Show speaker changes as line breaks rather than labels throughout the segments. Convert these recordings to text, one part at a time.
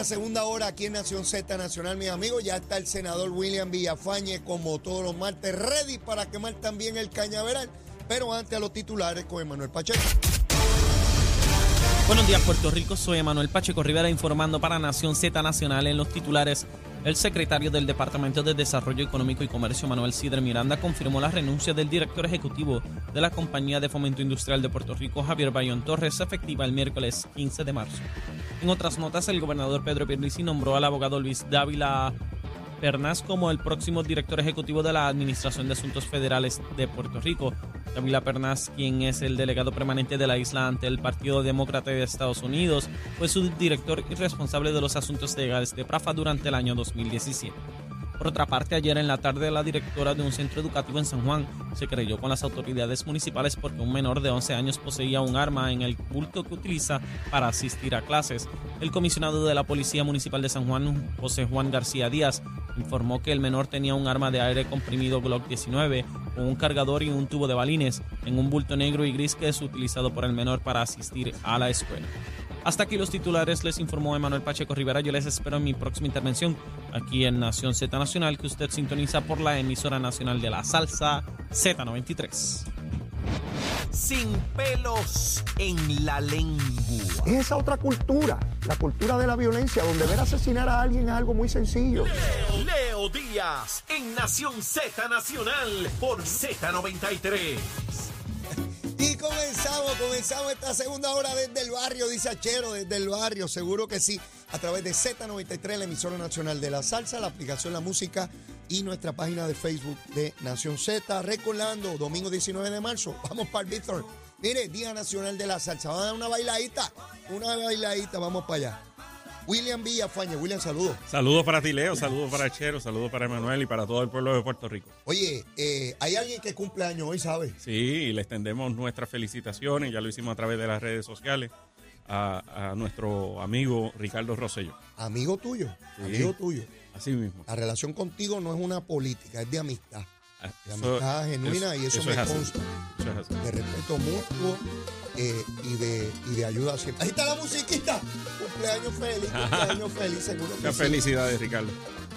la segunda hora aquí en Nación Z Nacional, mis amigos. Ya está el senador William Villafañe, como todos los martes, ready para quemar también el cañaveral. Pero antes a los titulares con Emanuel Pacheco.
Buenos días, Puerto Rico. Soy Emanuel Pacheco Rivera informando para Nación Z Nacional. En los titulares, el secretario del Departamento de Desarrollo Económico y Comercio, Manuel Sidre Miranda, confirmó la renuncia del director ejecutivo de la Compañía de Fomento Industrial de Puerto Rico, Javier Bayón Torres, efectiva el miércoles 15 de marzo. En otras notas, el gobernador Pedro Pierluisi nombró al abogado Luis Dávila Pernas como el próximo director ejecutivo de la Administración de Asuntos Federales de Puerto Rico. Dávila Pernas, quien es el delegado permanente de la isla ante el Partido Demócrata de Estados Unidos, fue su director y responsable de los asuntos legales de PRAFA durante el año 2017. Por otra parte, ayer en la tarde, la directora de un centro educativo en San Juan se creyó con las autoridades municipales porque un menor de 11 años poseía un arma en el bulto que utiliza para asistir a clases. El comisionado de la Policía Municipal de San Juan, José Juan García Díaz, informó que el menor tenía un arma de aire comprimido Glock 19 con un cargador y un tubo de balines en un bulto negro y gris que es utilizado por el menor para asistir a la escuela. Hasta aquí los titulares, les informó Emanuel Pacheco Rivera. Yo les espero en mi próxima intervención aquí en Nación Z Nacional, que usted sintoniza por la emisora nacional de la salsa Z93.
Sin pelos en la lengua.
Es esa otra cultura, la cultura de la violencia, donde ver asesinar a alguien es algo muy sencillo.
Leo Díaz en Nación Z Nacional por Z93.
Y comenzamos esta segunda hora desde el barrio, dice Achero, desde el barrio, seguro que sí, a través de Z93, la emisora nacional de la salsa, la aplicación La Música y nuestra página de Facebook de Nación Z. Recordando, domingo 19 de marzo, vamos para el Víctor. Mire, Día Nacional de la Salsa, vamos a dar una bailadita, vamos para allá. William Villafañe. William, saludos.
Saludos para ti, Leo, saludos para Chero, saludos para Emanuel y para todo el pueblo de Puerto Rico.
Oye, hay alguien que cumple años hoy, ¿sabes?
Sí, y le extendemos nuestras felicitaciones, ya lo hicimos a través de las redes sociales, a nuestro amigo Ricardo Rosselló.
Amigo tuyo,
Sí.
amigo tuyo.
Así mismo.
La relación contigo no es una política, es de amistad. De
Eso-
amistad genuina y eso me
es así.
consta.
Eso es así.
De respeto mutuo y de ayuda siempre. Ahí está la musiquita. Cumpleaños feliz, seguro que
Muchas
sí.
felicidades, Ricardo.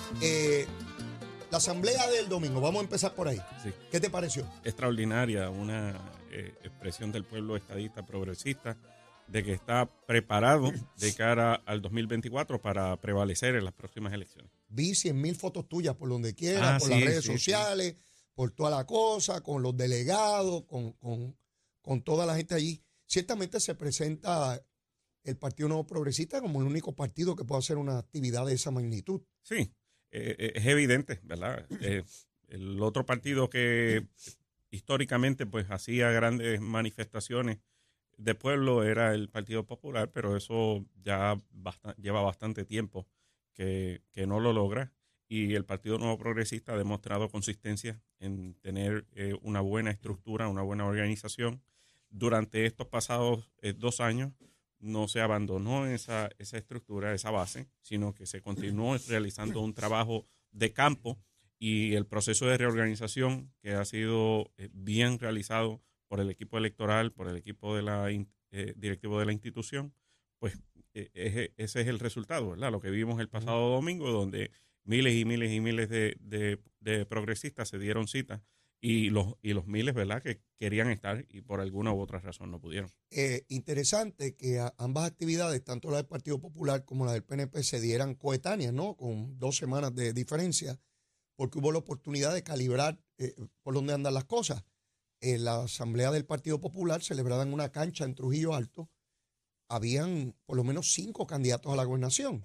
La asamblea del domingo, vamos a empezar por ahí.
Sí.
¿Qué te pareció?
Extraordinaria, una expresión del pueblo estadista progresista de que está preparado de cara al 2024 para prevalecer en las próximas elecciones.
Vi 100,000 fotos tuyas por donde quiera, por
sí,
las redes
sí,
sociales, por toda la cosa, con los delegados, con toda la gente allí. Ciertamente se presenta el Partido Nuevo Progresista como el único partido que puede hacer una actividad de esa magnitud.
Sí, es evidente, ¿verdad? El otro partido que históricamente pues hacía grandes manifestaciones de pueblo era el Partido Popular, pero eso ya lleva bastante tiempo que no lo logra. Y el Partido Nuevo Progresista ha demostrado consistencia en tener una buena estructura, una buena organización. Durante estos pasados 2 años no se abandonó esa estructura, esa base, sino que se continuó realizando un trabajo de campo y el proceso de reorganización que ha sido bien realizado por el equipo electoral, por el equipo de directivo de la institución, pues ese es el resultado, ¿verdad? Lo que vimos el pasado domingo, donde miles y miles y miles de progresistas se dieron cita y los miles, ¿verdad?, que querían estar y por alguna u otra razón no pudieron.
Interesante que ambas actividades, tanto la del Partido Popular como la del PNP, se dieran coetáneas, ¿no? Con 2 semanas de diferencia, porque hubo la oportunidad de calibrar por dónde andan las cosas. En la asamblea del Partido Popular, celebrada en una cancha en Trujillo Alto, habían por lo menos 5 candidatos a la gobernación,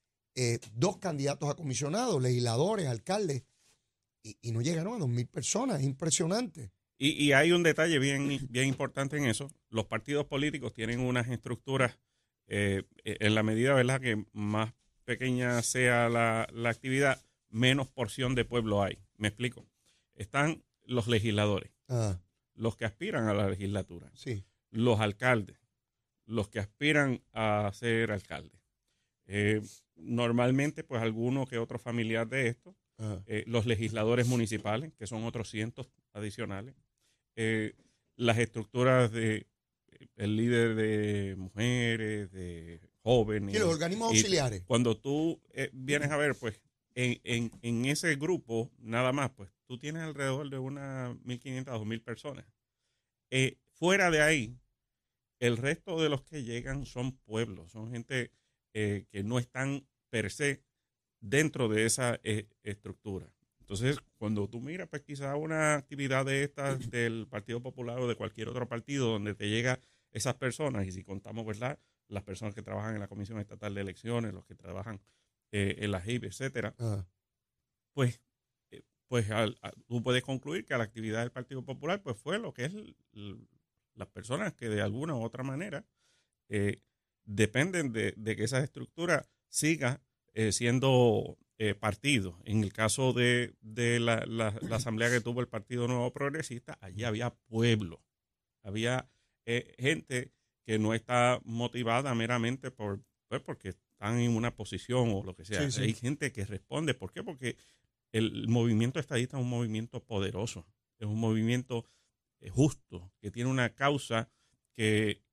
2 candidatos a comisionados, legisladores, alcaldes, y no llegaron a 2,000 personas. Es impresionante.
Y hay un detalle bien importante en eso. Los partidos políticos tienen unas estructuras, en la medida, ¿verdad?, que más pequeña sea la actividad, menos porción de pueblo hay. Me explico. Están los legisladores, los que aspiran a la legislatura,
Sí.
los alcaldes, los que aspiran a ser alcaldes. Normalmente, pues alguno que otro familiar de esto, los legisladores municipales, que son otros cientos adicionales, las estructuras de el líder de mujeres, de jóvenes.
Y los organismos
Y
auxiliares.
cuando tú vienes a ver, pues, en ese grupo, nada más, pues, tú tienes alrededor de unas 1.500 a 2.000 personas. Fuera de ahí, el resto de los que llegan son pueblos, son gente que no están per se dentro de esa estructura. Entonces, cuando tú miras, pues quizás una actividad de estas del Partido Popular o de cualquier otro partido donde te llega esas personas, y si contamos, ¿verdad?, las personas que trabajan en la Comisión Estatal de Elecciones, los que trabajan en la JIP, etcétera, pues tú puedes concluir que la actividad del Partido Popular pues fue lo que es las personas que de alguna u otra manera dependen de que esa estructura siga siendo partido. En el caso de la asamblea que tuvo el Partido Nuevo Progresista, allí había pueblo, había gente que no está motivada meramente porque están en una posición o lo que sea. Sí. Hay gente que responde. ¿Por qué? Porque el movimiento estadista es un movimiento poderoso, es un movimiento justo, que tiene una causa que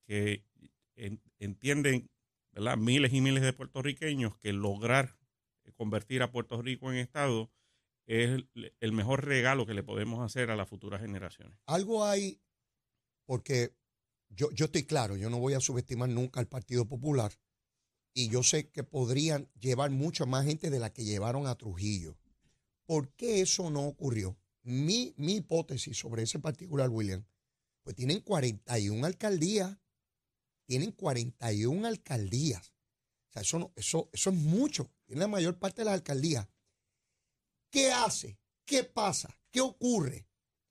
entienden, ¿verdad?, miles y miles de puertorriqueños que lograr convertir a Puerto Rico en Estado es el mejor regalo que le podemos hacer a las futuras generaciones.
Algo hay, porque yo estoy claro, yo no voy a subestimar nunca al Partido Popular y yo sé que podrían llevar mucha más gente de la que llevaron a Trujillo. ¿Por qué eso no ocurrió? Mi hipótesis sobre ese particular, William, pues tienen 41 alcaldías. Tienen 41 alcaldías. O sea, eso es mucho. Tienen la mayor parte de las alcaldías. ¿Qué hace? ¿Qué pasa? ¿Qué ocurre?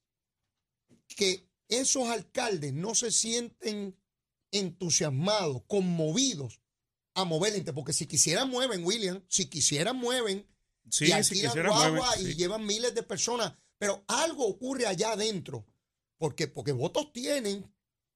Que esos alcaldes no se sienten entusiasmados, conmovidos a mover gente. Porque si quisieran mueven, William, si quisieran mueven.
Sí,
y alquilan
si quisieran
guagua
mueven,
y
sí.
llevan miles de personas. Pero algo ocurre allá adentro. Porque votos tienen,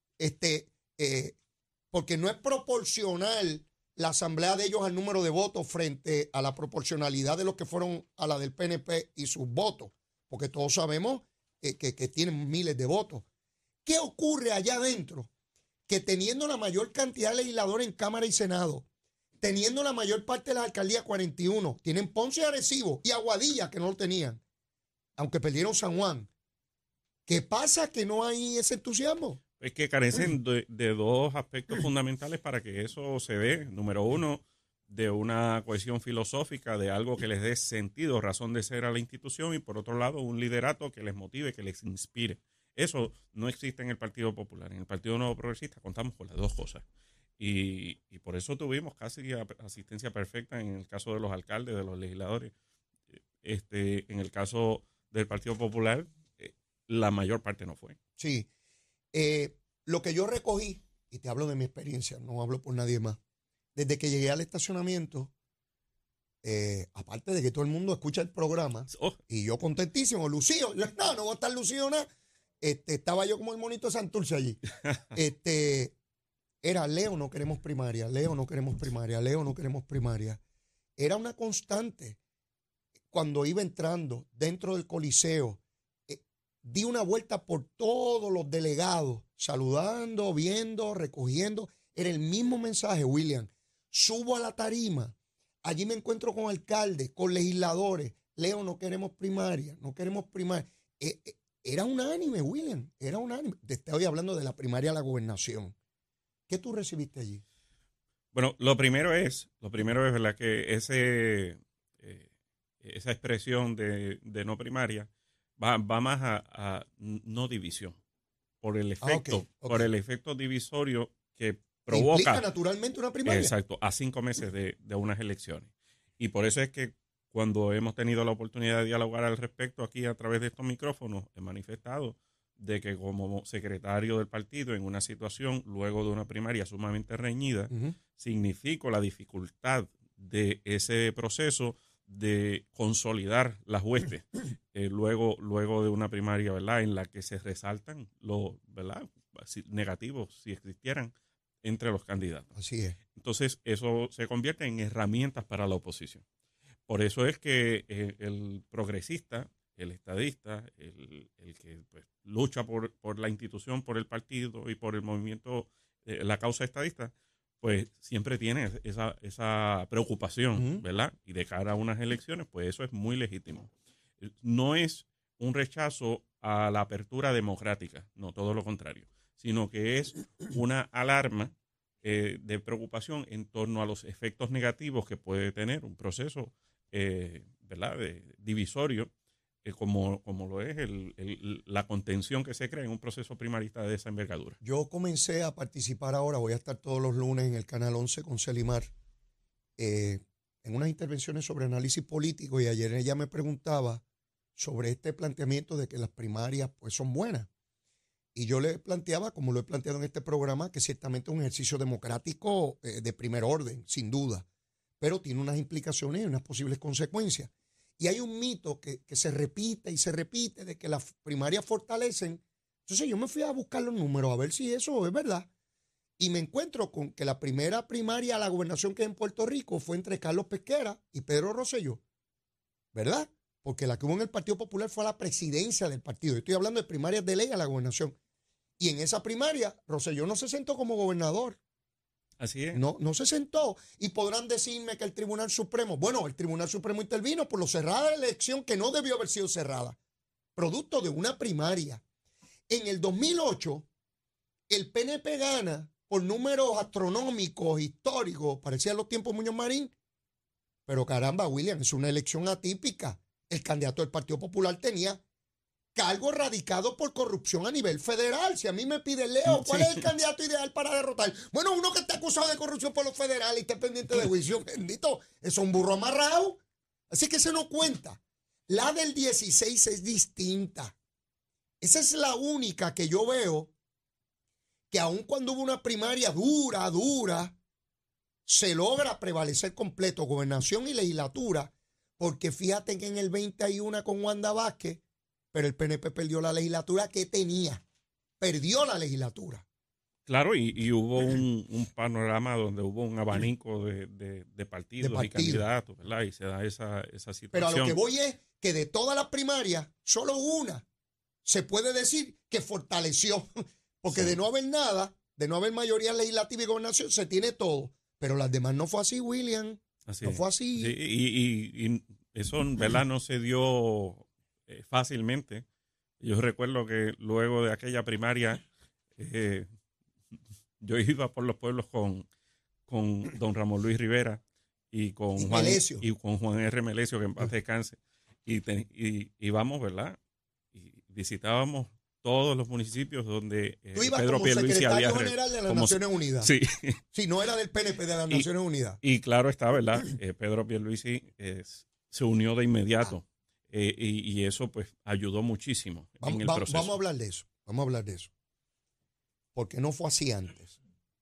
porque no es proporcional la asamblea de ellos al número de votos frente a la proporcionalidad de los que fueron a la del PNP y sus votos. Porque todos sabemos que tienen miles de votos. ¿Qué ocurre allá adentro? Que teniendo la mayor cantidad de legisladores en Cámara y Senado, teniendo la mayor parte de las alcaldías 41, tienen Ponce y Arecibo y Aguadilla que no lo tenían, aunque perdieron San Juan. ¿Qué pasa que no hay ese entusiasmo?
Es que carecen de dos aspectos fundamentales para que eso se dé. Número uno, de una cohesión filosófica, de algo que les dé sentido, razón de ser a la institución, y por otro lado, un liderato que les motive, que les inspire. Eso no existe en el Partido Popular. En el Partido Nuevo Progresista contamos con las dos cosas. Y por eso tuvimos casi asistencia perfecta en el caso de los alcaldes, de los legisladores. En el caso del Partido Popular, la mayor parte no fue.
Sí. Lo que yo recogí, y te hablo de mi experiencia, no hablo por nadie más, desde que llegué al estacionamiento, aparte de que todo el mundo escucha el programa, y yo contentísimo, lucido, no voy a estar lucido nada, estaba yo como el monito de Santurce allí, era Leo, no queremos primaria, Leo, no queremos primaria, Leo, no queremos primaria. Era una constante. Cuando iba entrando dentro del Coliseo, di una vuelta por todos los delegados, saludando, viendo, recogiendo. Era el mismo mensaje, William. Subo a la tarima, allí me encuentro con alcaldes, con legisladores. Leo, no queremos primaria, no queremos primaria. Era unánime, William, era unánime. Te estoy hablando de la primaria a la gobernación. ¿Qué tú recibiste allí?
Bueno, lo primero es, ¿verdad?, que esa expresión de no primaria va más a no división, por el efecto,
okay.
por el efecto divisorio que provoca.
Implica naturalmente una primaria.
Exacto, a 5 meses de unas elecciones. Y por eso es que cuando hemos tenido la oportunidad de dialogar al respecto aquí a través de estos micrófonos, he manifestado de que como secretario del partido en una situación luego de una primaria sumamente reñida, significó la dificultad de ese proceso de consolidar las huestes luego de una primaria, ¿verdad?, en la que se resaltan los, ¿verdad?, negativos, si existieran, entre los candidatos.
Así es.
Entonces, eso se convierte en herramientas para la oposición. Por eso es que el progresista, el estadista, el que pues, lucha por la institución, por el partido y por el movimiento, la causa estadista, pues siempre tiene esa preocupación, ¿verdad? Y de cara a unas elecciones, pues eso es muy legítimo. No es un rechazo a la apertura democrática, no todo lo contrario, sino que es una alarma de preocupación en torno a los efectos negativos que puede tener un proceso, ¿verdad?, divisorio, como lo es la contención que se crea en un proceso primarista de esa envergadura.
Yo comencé a participar ahora, voy a estar todos los lunes en el Canal 11 con Celimar, en unas intervenciones sobre análisis político, y ayer ella me preguntaba sobre este planteamiento de que las primarias pues son buenas. Y yo le planteaba, como lo he planteado en este programa, que ciertamente es un ejercicio democrático de primer orden, sin duda, pero tiene unas implicaciones y unas posibles consecuencias. Y hay un mito que se repite y se repite de que las primarias fortalecen. Entonces yo me fui a buscar los números a ver si eso es verdad. Y me encuentro con que la primera primaria a la gobernación que hay en Puerto Rico fue entre Carlos Pesquera y Pedro Rosselló, ¿verdad? Porque la que hubo en el Partido Popular fue a la presidencia del partido. Yo estoy hablando de primarias de ley a la gobernación. Y en esa primaria, Rosselló no se sentó como gobernador.
Así es.
No se sentó. Y podrán decirme que el Tribunal Supremo, bueno, el Tribunal Supremo intervino por lo cerrada de la elección que no debió haber sido cerrada, producto de una primaria. En el 2008, el PNP gana por números astronómicos, históricos, parecían los tiempos Muñoz Marín, pero caramba, William, es una elección atípica. El candidato del Partido Popular tenía cargos radicados por corrupción a nivel federal. Si a mí me pide, Leo, ¿cuál es el candidato ideal para derrotar? Bueno, uno que está acusado de corrupción por los federales y está pendiente de juicio, bendito, eso es un burro amarrado. Así que se no cuenta. La del 16 es distinta. Esa es la única que yo veo que aun cuando hubo una primaria dura, se logra prevalecer completo gobernación y legislatura, porque fíjate que en el 21 con Wanda Vázquez, pero el PNP perdió la legislatura que tenía. Perdió la legislatura.
Claro, y hubo un panorama donde hubo un abanico de partidos y candidatos, ¿verdad? Y se da esa situación.
Pero a lo que voy es que de todas las primarias, solo una se puede decir que fortaleció. Porque sí, de no haber nada, de no haber mayoría legislativa y gobernación, se tiene todo. Pero las demás no fue así, William.
Así
no fue así.
Sí, y eso, ¿verdad? No se dio fácilmente. Yo recuerdo que luego de aquella primaria, yo iba por los pueblos con don Ramón Luis Rivera y con Juan R. Melesio, que en paz descanse, y íbamos, ¿verdad? Y visitábamos todos los municipios donde
Pedro Pierluisi había general de las Naciones Unidas.
Sí.
Sí, no era del PNP, de las Naciones Unidas.
Y claro está, ¿verdad? Pedro Pierluisi se unió de inmediato. Y eso pues ayudó muchísimo en el proceso.
Vamos a hablar de eso. Porque no fue así antes.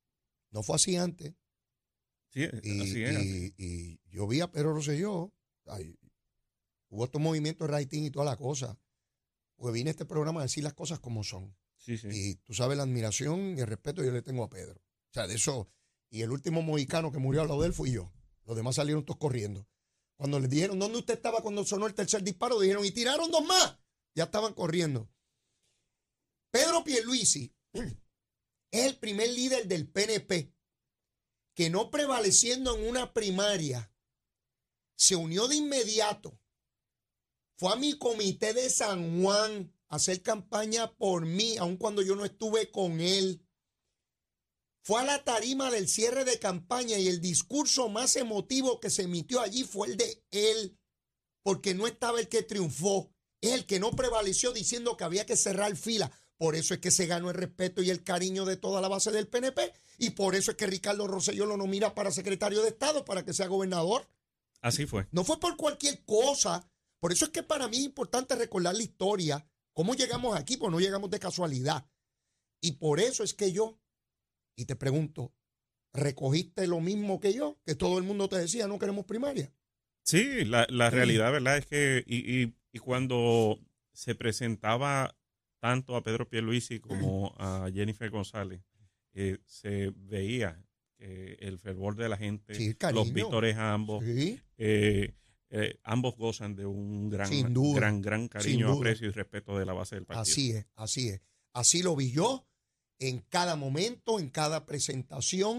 Sí, así es.
Y yo vi a Pedro Rosselló, hubo estos movimientos de rating y toda la cosa. Porque vine a este programa a decir las cosas como son.
Sí.
Y tú sabes la admiración y el respeto que yo le tengo a Pedro. O sea, de eso. Y el último mohicano que murió al lado de él fui yo. Los demás salieron todos corriendo. Cuando les dijeron, ¿dónde usted estaba cuando sonó el tercer disparo? Dijeron, y tiraron 2 más. Ya estaban corriendo. Pedro Pierluisi es el primer líder del PNP que no prevaleciendo en una primaria, se unió de inmediato. Fue a mi comité de San Juan a hacer campaña por mí, aun cuando yo no estuve con él. Fue a la tarima del cierre de campaña y el discurso más emotivo que se emitió allí fue el de él, porque no estaba el que triunfó, es el que no prevaleció diciendo que había que cerrar fila. Por eso es que se ganó el respeto y el cariño de toda la base del PNP y por eso es que Ricardo Rosselló lo nomina para secretario de Estado, para que sea gobernador.
Así fue.
No fue por cualquier cosa. Por eso es que para mí es importante recordar la historia, cómo llegamos aquí, pues no llegamos de casualidad. Y por eso es que yo, y te pregunto, ¿recogiste lo mismo que yo? Que todo el mundo te decía, no queremos primaria.
Sí, la realidad, ¿verdad? Es que y cuando se presentaba tanto a Pedro Pierluisi como a Jennifer González, se veía el fervor de la gente,
sí,
los vítores a ambos.
Sí.
Ambos gozan de un gran cariño, aprecio y respeto de la base del partido.
Así es. Así lo vi yo en cada momento, en cada presentación,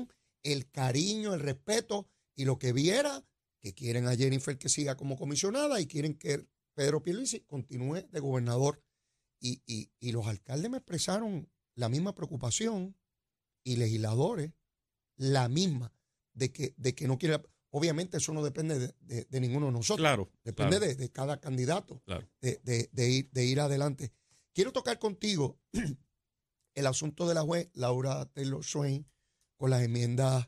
el cariño, el respeto y lo que viera, que quieren a Jennifer que siga como comisionada y quieren que Pedro Pierluisi continúe de gobernador. Y los alcaldes me expresaron la misma preocupación y legisladores la misma de que no quiere. Obviamente eso no depende de ninguno de nosotros.
Claro.
Depende
claro.
de cada candidato,
Claro.
de ir adelante. Quiero tocar contigo el asunto de la juez Laura Taylor Swain con las enmiendas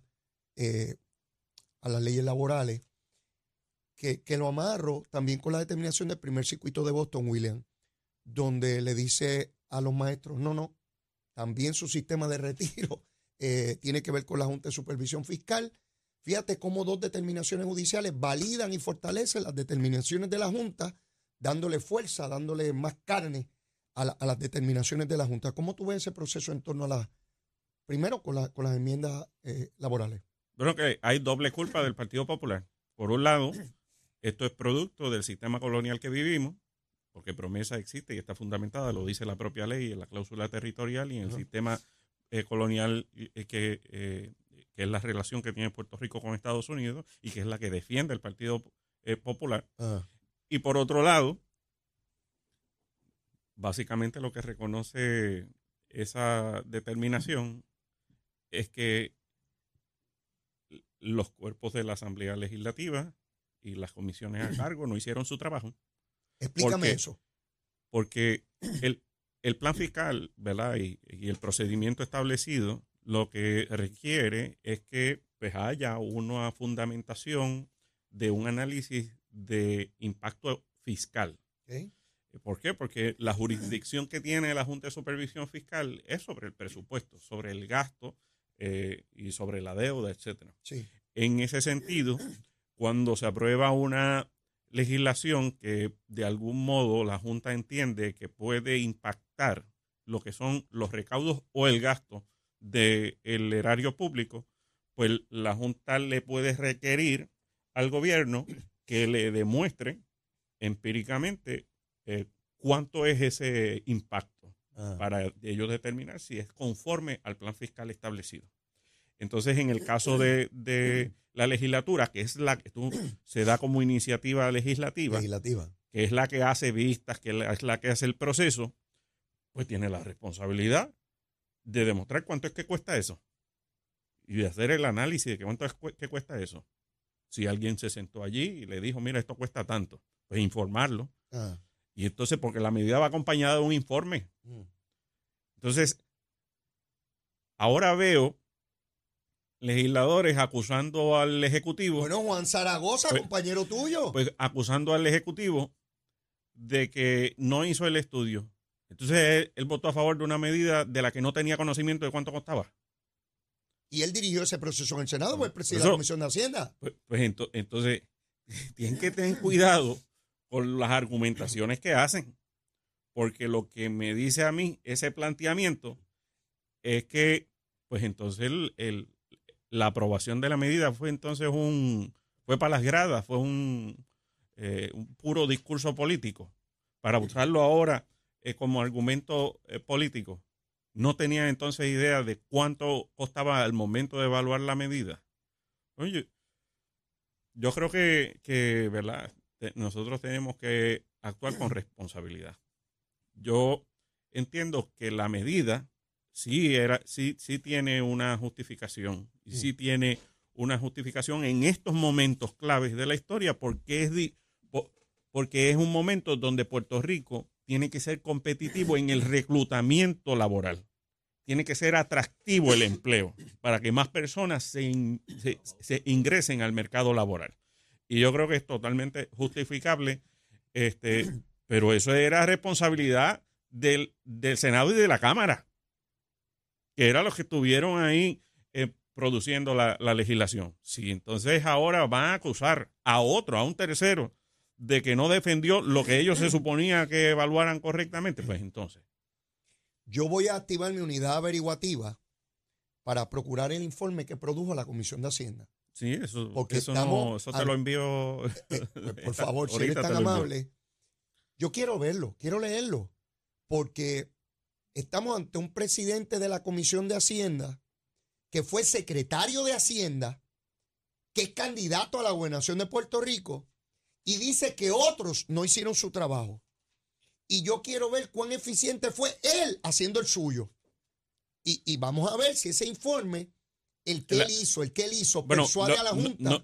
a las leyes laborales, que lo amarro también con la determinación del primer circuito de Boston, William, donde le dice a los maestros, no, también su sistema de retiro tiene que ver con la Junta de Supervisión Fiscal. Fíjate cómo 2 determinaciones judiciales validan y fortalecen las determinaciones de la Junta, dándole fuerza, dándole más carne a las determinaciones de la Junta. ¿Cómo tú ves ese proceso en torno a primero con las enmiendas laborales?
Bueno, que hay doble culpa del Partido Popular. Por un lado, esto es producto del sistema colonial que vivimos, porque promesa existe y está fundamentada, lo dice la propia ley, en la cláusula territorial y en el sistema colonial que es la relación que tiene Puerto Rico con Estados Unidos y que es la que defiende el Partido Popular. Y por otro lado, básicamente lo que reconoce esa determinación es que los cuerpos de la Asamblea Legislativa y las comisiones a cargo no hicieron su trabajo.
Explícame eso.
Porque el plan fiscal, ¿verdad? Y el procedimiento establecido lo que requiere es que pues, haya una fundamentación de un análisis de impacto fiscal.
Okay.
¿Por qué? Porque la jurisdicción que tiene la Junta de Supervisión Fiscal es sobre el presupuesto, sobre el gasto y sobre la deuda, etcétera.
Sí.
En ese sentido, cuando se aprueba una legislación que de algún modo la Junta entiende que puede impactar lo que son los recaudos o el gasto del erario público, pues la Junta le puede requerir al gobierno que le demuestre empíricamente cuánto es ese impacto para ellos determinar si es conforme al plan fiscal establecido. Entonces, en el caso de la legislatura, que es la que se da como iniciativa legislativa, que es la que hace vistas, que es la que hace el proceso, pues tiene la responsabilidad de demostrar cuánto es que cuesta eso y de hacer el análisis de cuánto es que cuesta eso. Si alguien se sentó allí y le dijo, mira, esto cuesta tanto, pues informarlo. Y entonces, porque la medida va acompañada de un informe. Entonces, ahora veo legisladores acusando al Ejecutivo.
Bueno, Juan Zaragoza, pues, compañero tuyo.
Pues acusando al Ejecutivo de que no hizo el estudio. Entonces, él votó a favor de una medida de la que no tenía conocimiento de cuánto costaba.
Y él dirigió ese proceso en el Senado, pues presidente de la Comisión de Hacienda.
Pues entonces, tienen que tener cuidado con las argumentaciones que hacen, porque lo que me dice a mí ese planteamiento es que, pues entonces la aprobación de la medida fue entonces fue para las gradas, fue un puro discurso político, para usarlo ahora como argumento político. No tenían entonces idea de cuánto costaba al momento de evaluar la medida. Oye, yo creo que ¿verdad? Nosotros tenemos que actuar con responsabilidad. Yo entiendo que la medida sí tiene una justificación y sí tiene una justificación en estos momentos claves de la historia porque es un momento donde Puerto Rico tiene que ser competitivo en el reclutamiento laboral. Tiene que ser atractivo el empleo para que más personas se ingresen al mercado laboral. Y yo creo que es totalmente justificable, pero eso era responsabilidad del Senado y de la Cámara, que eran los que estuvieron ahí produciendo la legislación. Si entonces ahora van a acusar a un tercero, de que no defendió lo que ellos se suponía que evaluaran correctamente, pues entonces.
Yo voy a activar mi unidad averiguativa para procurar el informe que produjo la Comisión de Hacienda.
Sí, eso te lo envío.
Por favor, si eres tan amable. Yo quiero verlo, quiero leerlo, porque estamos ante un presidente de la Comisión de Hacienda que fue secretario de Hacienda, que es candidato a la gobernación de Puerto Rico, y dice que otros no hicieron su trabajo. Y yo quiero ver cuán eficiente fue él haciendo el suyo. Y vamos a ver si ese informe, el que él hizo, persuade a la Junta.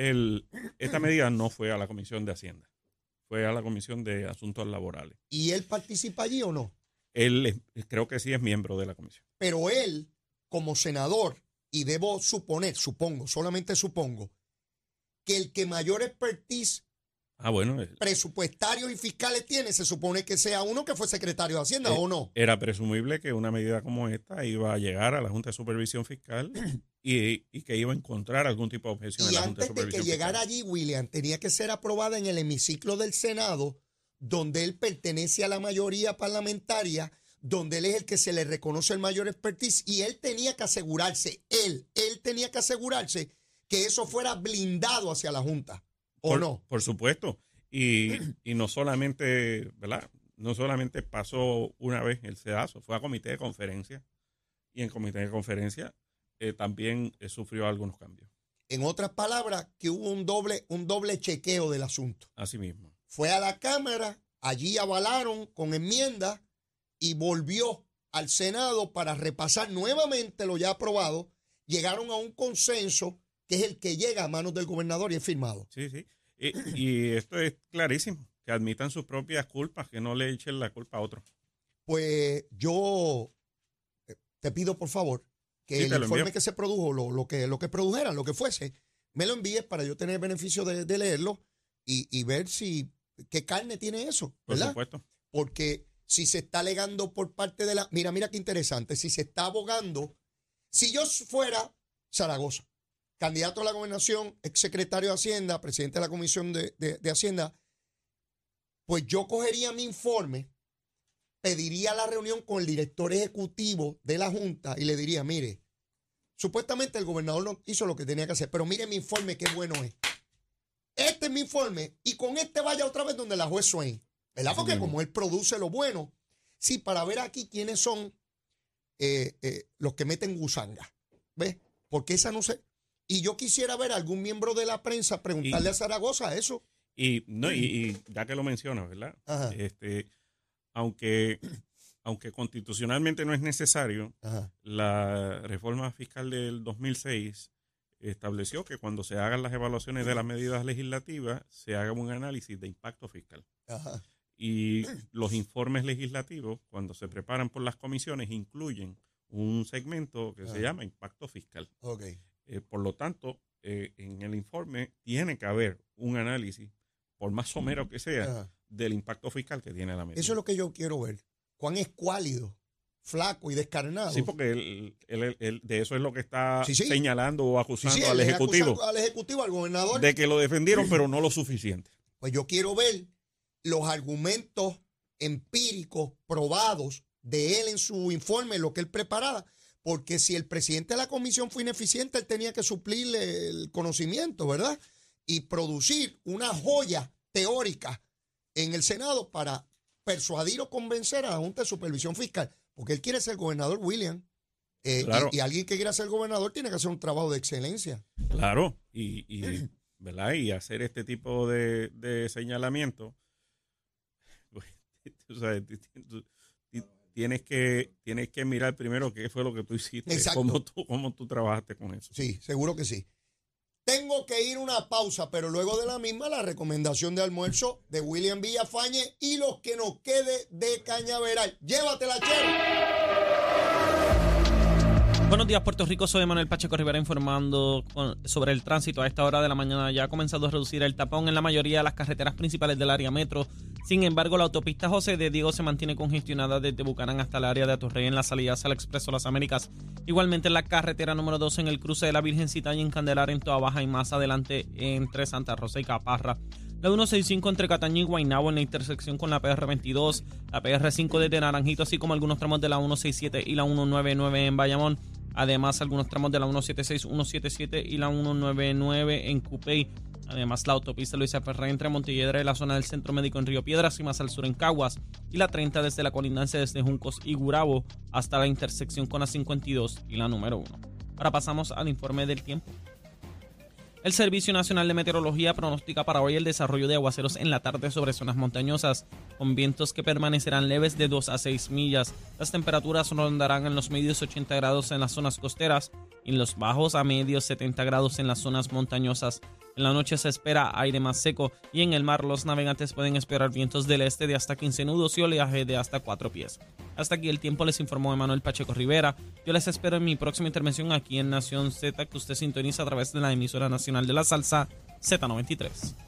Esta medida no fue a la Comisión de Hacienda, fue a la Comisión de Asuntos Laborales.
¿Y él participa allí o no?
Él creo que sí es miembro de la comisión.
Pero él, como senador, y debo solamente supongo, que el que mayor expertise presupuestarios y fiscales tiene, se supone que sea uno que fue secretario de Hacienda, ¿o no?
Era presumible que una medida como esta iba a llegar a la Junta de Supervisión Fiscal y que iba a encontrar algún tipo de objeción en la Junta de Supervisión Fiscal.
Y antes de que llegara allí, William, tenía que ser aprobada en el hemiciclo del Senado, donde él pertenece a la mayoría parlamentaria, donde él es el que se le reconoce el mayor expertise, y él tenía que asegurarse, él tenía que asegurarse que eso fuera blindado hacia la Junta. ¿O no?
Por supuesto. Y no solamente, ¿verdad? No solamente pasó una vez el sedazo, fue a comité de conferencia. Y en comité de conferencia también sufrió algunos cambios.
En otras palabras, que hubo un doble chequeo del asunto.
Así mismo.
Fue a la Cámara, allí avalaron con enmienda y volvió al Senado para repasar nuevamente lo ya aprobado. Llegaron a un consenso que es el que llega a manos del gobernador y es firmado.
Sí, sí. Y esto es clarísimo, que admitan sus propias culpas, que no le echen la culpa a otros.
Pues yo te pido, por favor, que el informe que se produjo, lo que produjeran, lo que fuese, me lo envíes para yo tener beneficio de leerlo y ver qué carne tiene eso, ¿verdad?
Por supuesto.
Porque si se está alegando por parte de la... Mira qué interesante, si se está abogando, si yo fuera Zaragoza, candidato a la gobernación, exsecretario de Hacienda, presidente de la Comisión de Hacienda, pues yo cogería mi informe, pediría la reunión con el director ejecutivo de la Junta y le diría, mire, supuestamente el gobernador no hizo lo que tenía que hacer, pero mire mi informe, qué bueno es. Este es mi informe y con este vaya otra vez donde la juez Swain, ¿verdad? Porque como él produce lo bueno, sí, para ver aquí quiénes son los que meten gusanga, ¿ves? Porque esa no sé. Y yo quisiera ver a algún miembro de la prensa preguntarle a Zaragoza eso.
Y ya que lo mencionas, ¿verdad?
Ajá.
Aunque constitucionalmente no es necesario,
Ajá.
la reforma fiscal del 2006 estableció que cuando se hagan las evaluaciones de las medidas legislativas, se haga un análisis de impacto fiscal.
Ajá.
Y los informes legislativos, cuando se preparan por las comisiones, incluyen un segmento que se llama impacto fiscal.
Okay.
Por lo tanto, en el informe tiene que haber un análisis, por más somero que sea, del impacto fiscal que tiene la medida.
Eso es lo que yo quiero ver. Cuán escuálido, flaco y descarnado.
Sí, porque él de eso es lo que está
sí.
señalando o acusando al Ejecutivo.
Al Ejecutivo, al gobernador.
De que lo defendieron, pero no lo suficiente.
Pues yo quiero ver los argumentos empíricos probados de él en su informe, lo que él preparaba. Porque si el presidente de la comisión fue ineficiente, él tenía que suplirle el conocimiento, ¿verdad? Y producir una joya teórica en el Senado para persuadir o convencer a la Junta de Supervisión Fiscal. Porque él quiere ser gobernador, William.
Claro.
Y alguien que quiera ser gobernador tiene que hacer un trabajo de excelencia.
Claro, ¿verdad? Y hacer este tipo de señalamiento. Tú sabes, tienes que mirar primero qué fue lo que tú hiciste, cómo tú trabajaste con eso.
Sí, seguro que sí. Tengo que ir a una pausa, pero luego de la misma la recomendación de almuerzo de William Villafañe y lo que nos quede de Cañaveral. Llévatela, Chero.
Buenos días, Puerto Rico. Soy Manuel Pacheco Rivera informando sobre el tránsito. A esta hora de la mañana ya ha comenzado a reducir el tapón en la mayoría de las carreteras principales del área metro. Sin embargo, la autopista José de Diego se mantiene congestionada desde Bucanán hasta el área de Atorrey en la salida hacia el Expreso Las Américas. Igualmente en la carretera número 2 en el cruce de la Virgencita y en Candelaria en Toa Baja y más adelante entre Santa Rosa y Caparra. La 165 entre Cataño y Guaynabo en la intersección con la PR22, la PR5 desde Naranjito, así como algunos tramos de la 167 y la 199 en Bayamón. Además, algunos tramos de la 176, 177 y la 199 en Cupey. Además, la autopista Luisa Ferré entre Montelledra y la zona del Centro Médico en Río Piedras y más al sur en Caguas. Y la 30 desde la colindancia desde Juncos y Gurabo hasta la intersección con la 52 y la número 1. Ahora pasamos al informe del tiempo. El Servicio Nacional de Meteorología pronostica para hoy el desarrollo de aguaceros en la tarde sobre zonas montañosas, con vientos que permanecerán leves de 2 a 6 millas. Las temperaturas rondarán en los medios 80 grados en las zonas costeras y en los bajos a medios 70 grados en las zonas montañosas. En la noche se espera aire más seco y en el mar los navegantes pueden esperar vientos del este de hasta 15 nudos y oleaje de hasta 4 pies. Hasta aquí el tiempo, les informó Emanuel Pacheco Rivera. Yo les espero en mi próxima intervención aquí en Nación Z, que usted sintoniza a través de la emisora nacional de la salsa Z93.